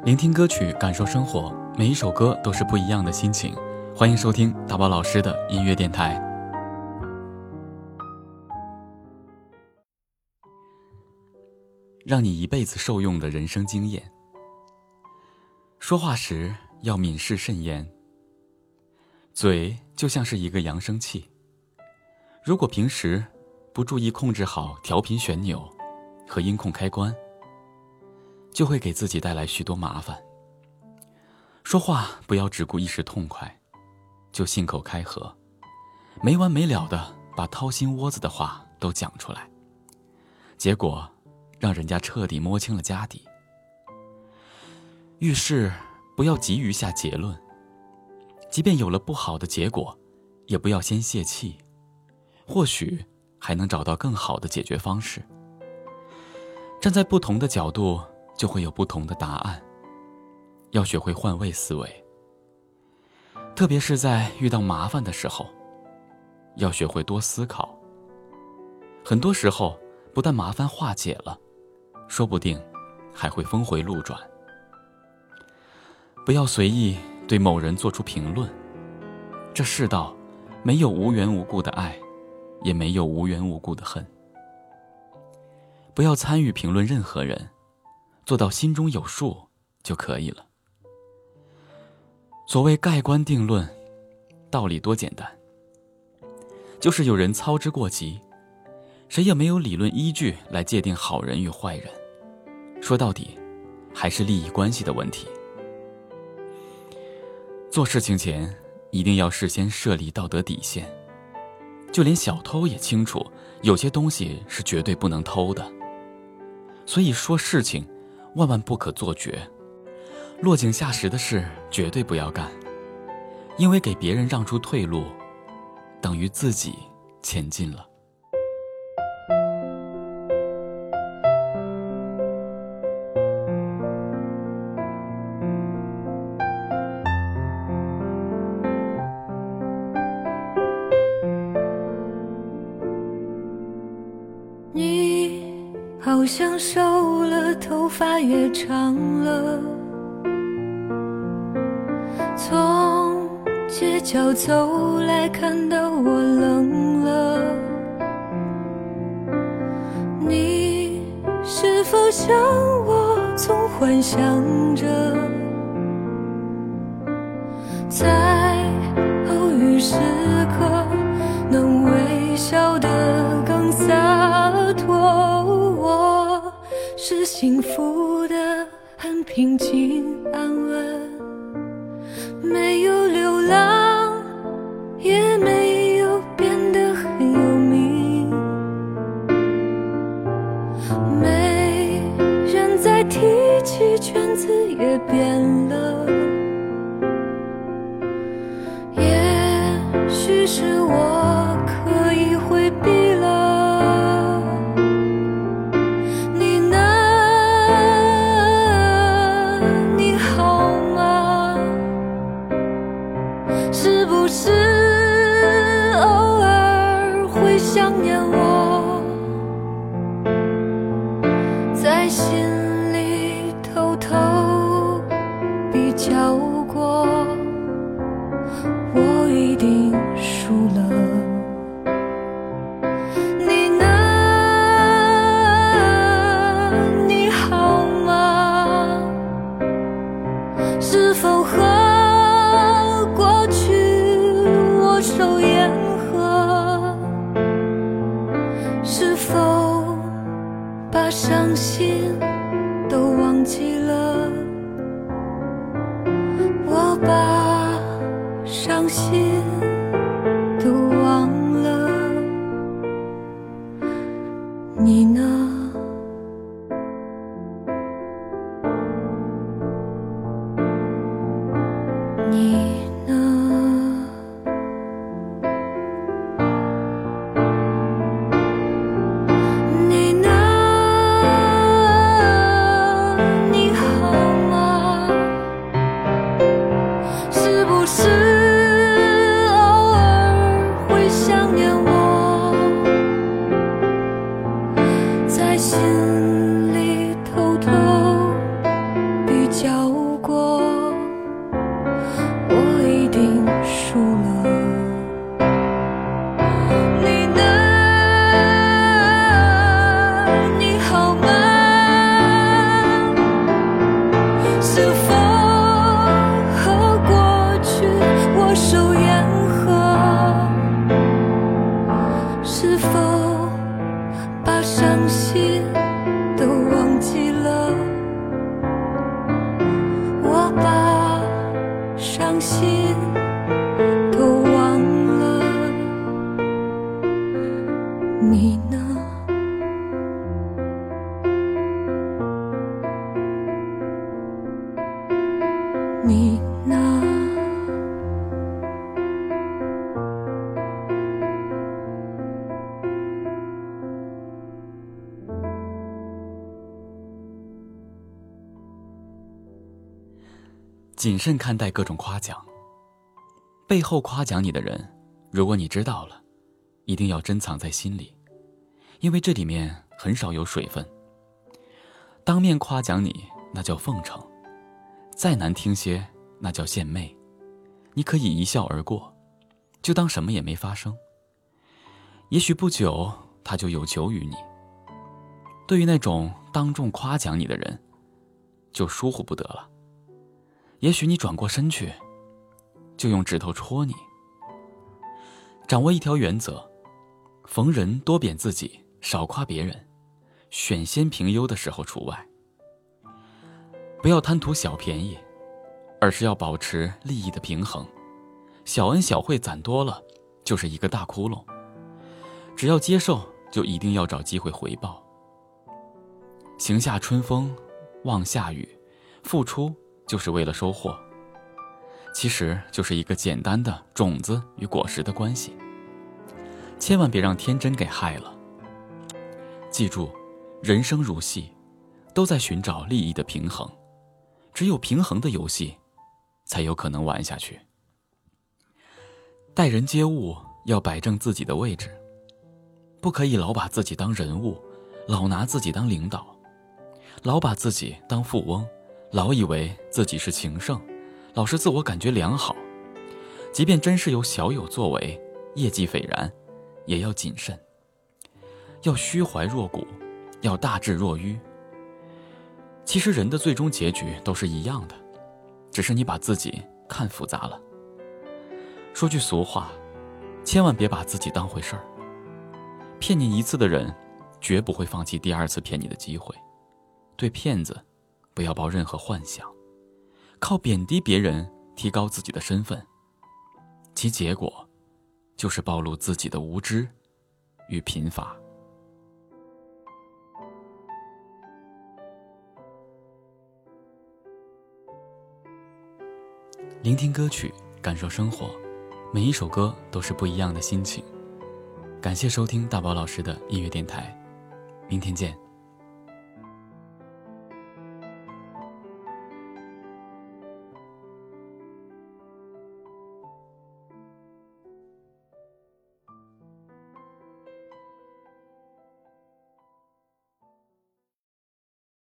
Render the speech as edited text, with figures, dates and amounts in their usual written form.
聆听歌曲，感受生活，每一首歌都是不一样的心情。欢迎收听大宝老师的音乐电台。让你一辈子受用的人生经验。说话时要敏视慎言，嘴就像是一个扬声器，如果平时不注意控制好调频旋钮和音控开关，就会给自己带来许多麻烦。说话不要只顾一时痛快，就信口开河，没完没了的把掏心窝子的话都讲出来，结果让人家彻底摸清了家底。遇事不要急于下结论，即便有了不好的结果，也不要先泄气，或许还能找到更好的解决方式。站在不同的角度，就会有不同的答案。要学会换位思维，特别是在遇到麻烦的时候，要学会多思考。很多时候，不但麻烦化解了，说不定还会峰回路转。不要随意对某人做出评论，这世道没有无缘无故的爱，也没有无缘无故的恨。不要参与评论任何人，做到心中有数就可以了。所谓盖棺定论，道理多简单，就是有人操之过急，谁也没有理论依据来界定好人与坏人，说到底还是利益关系的问题。做事情前一定要事先设立道德底线，就连小偷也清楚有些东西是绝对不能偷的，所以说事情万万不可做绝，落井下石的事绝对不要干，因为给别人让出退路，等于自己前进了。 你好像瘦了，头发也长了，从街角走来，看到我愣了。你是否像我总幻想着，在偶遇时刻能微笑得更洒脱？我是幸福的，很平静安稳，没有流浪，也没有变得很有名，没人再提起，圈子也变了，也许是我可以回避了。你呢？你好吗？是不是偶尔会想念我，在心里偷偷比较过，我一定输了。你呢？你好吗？是否和过去握手言和？是否把伤心都忘记了？我把伤心都忘了。你呢？你呢？你呢？你好吗？是不是偶尔会想念我，在心里偷偷比较你呢？ 谨慎看待各种夸奖，背后夸奖你的人，如果你知道了，一定要珍藏在心里，因为这里面很少有水分。当面夸奖你，那叫奉承；再难听些，那叫献媚。你可以一笑而过，就当什么也没发生。也许不久，他就有求于你。对于那种当众夸奖你的人，就疏忽不得了。也许你转过身去，就用指头戳你。掌握一条原则，逢人多贬自己，少夸别人，选先评优的时候除外。不要贪图小便宜，而是要保持利益的平衡。小恩小惠攒多了，就是一个大窟窿。只要接受，就一定要找机会回报。行下春风，望夏雨，付出就是为了收获，其实就是一个简单的种子与果实的关系。千万别让天真给害了。记住，人生如戏，都在寻找利益的平衡，只有平衡的游戏，才有可能玩下去。待人接物要摆正自己的位置，不可以老把自己当人物，老拿自己当领导，老把自己当富翁，老以为自己是情圣，老是自我感觉良好。即便真是有小有作为，业绩斐然，也要谨慎，要虚怀若谷，要大智若愚。其实人的最终结局都是一样的，只是你把自己看复杂了。说句俗话，千万别把自己当回事儿。骗你一次的人，绝不会放弃第二次骗你的机会。对骗子，不要抱任何幻想，靠贬低别人提高自己的身份，其结果就是暴露自己的无知与贫乏。聆听歌曲，感受生活，每一首歌都是不一样的心情。感谢收听大宝老师的音乐电台，明天见。